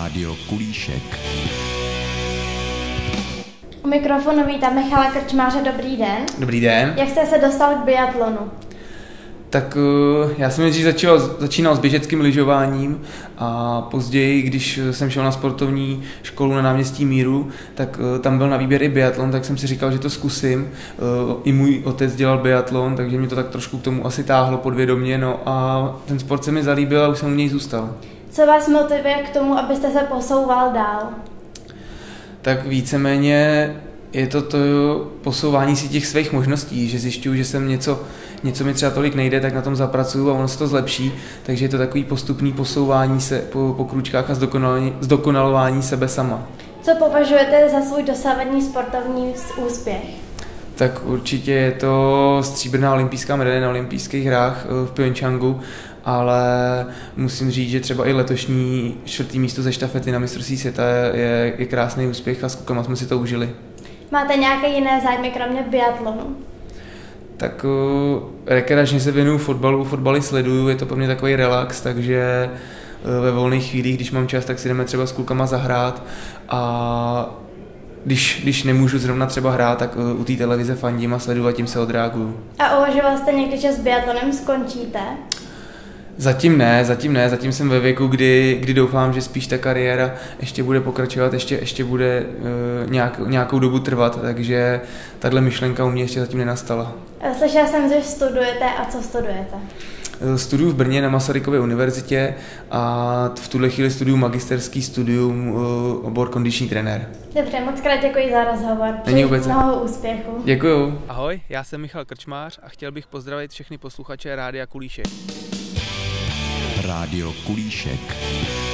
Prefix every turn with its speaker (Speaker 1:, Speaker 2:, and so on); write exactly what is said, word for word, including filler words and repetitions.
Speaker 1: Rádio Kulíšek.
Speaker 2: U mikrofonu vítám Michala Krčmáře, dobrý den.
Speaker 3: Dobrý den.
Speaker 2: Jak jste se dostal k biatlonu?
Speaker 3: Tak já jsem nejdřív začal, začínal s běžeckým lyžováním a později, když jsem šel na sportovní školu na náměstí Míru, tak tam byl na výběr i biatlon, tak jsem si říkal, že to zkusím. I můj otec dělal biatlon, takže mě to tak trošku k tomu asi táhlo podvědomě, no a ten sport se mi zalíbil a už jsem u něj zůstal.
Speaker 2: Co vás motivuje k tomu, abyste se posouval dál?
Speaker 3: Tak víceméně je to to posouvání si těch svých možností, že zjišťuju, že jsem něco, něco mi třeba tolik nejde, tak na tom zapracuju a ono se to zlepší, takže je to takový postupný posouvání se po, po krůčkách a zdokonalování sebe sama.
Speaker 2: Co považujete za svůj dosavadní sportovní úspěch?
Speaker 3: Tak určitě je to stříbrná olympijská medaile na olympijských hrách v Pyeongchangu, ale musím říct, že třeba i letošní čtvrtý místo ze štafety na mistrovství světa je, je krásný úspěch a s klukama jsme si to užili.
Speaker 2: Máte nějaké jiné zájmy kromě biatlonu?
Speaker 3: Tak uh, rekreačně se věnuju fotbalu, fotbaly sleduju, je to pro mě takový relax, takže uh, ve volných chvílích, když mám čas, tak si jdeme třeba s klukama zahrát a když, když nemůžu zrovna třeba hrát, tak uh, u té televize fandím a sleduju a tím se odreaguju.
Speaker 2: A uvažoval jste někdy, že s biatlonem skončíte?
Speaker 3: Zatím ne, zatím ne, zatím jsem ve věku, kdy, kdy doufám, že spíš ta kariéra ještě bude pokračovat, ještě, ještě bude uh, nějak, nějakou dobu trvat, takže tahle myšlenka u mě ještě zatím nenastala.
Speaker 2: Slyšela jsem, že studujete, a co studujete?
Speaker 3: Studuju v Brně na Masarykově univerzitě a v tuhle chvíli studuju magisterský studium, uh, obor kondiční trenér.
Speaker 2: Dobře, moc krát děkuji za rozhovor.
Speaker 3: Není vůbec.
Speaker 2: Mnoho úspěchů.
Speaker 3: Děkuju. Ahoj, já jsem Michal Krčmář a chtěl bych pozdravit všechny posluchače Rádia Kulíšek.
Speaker 1: Rádio Kulíšek.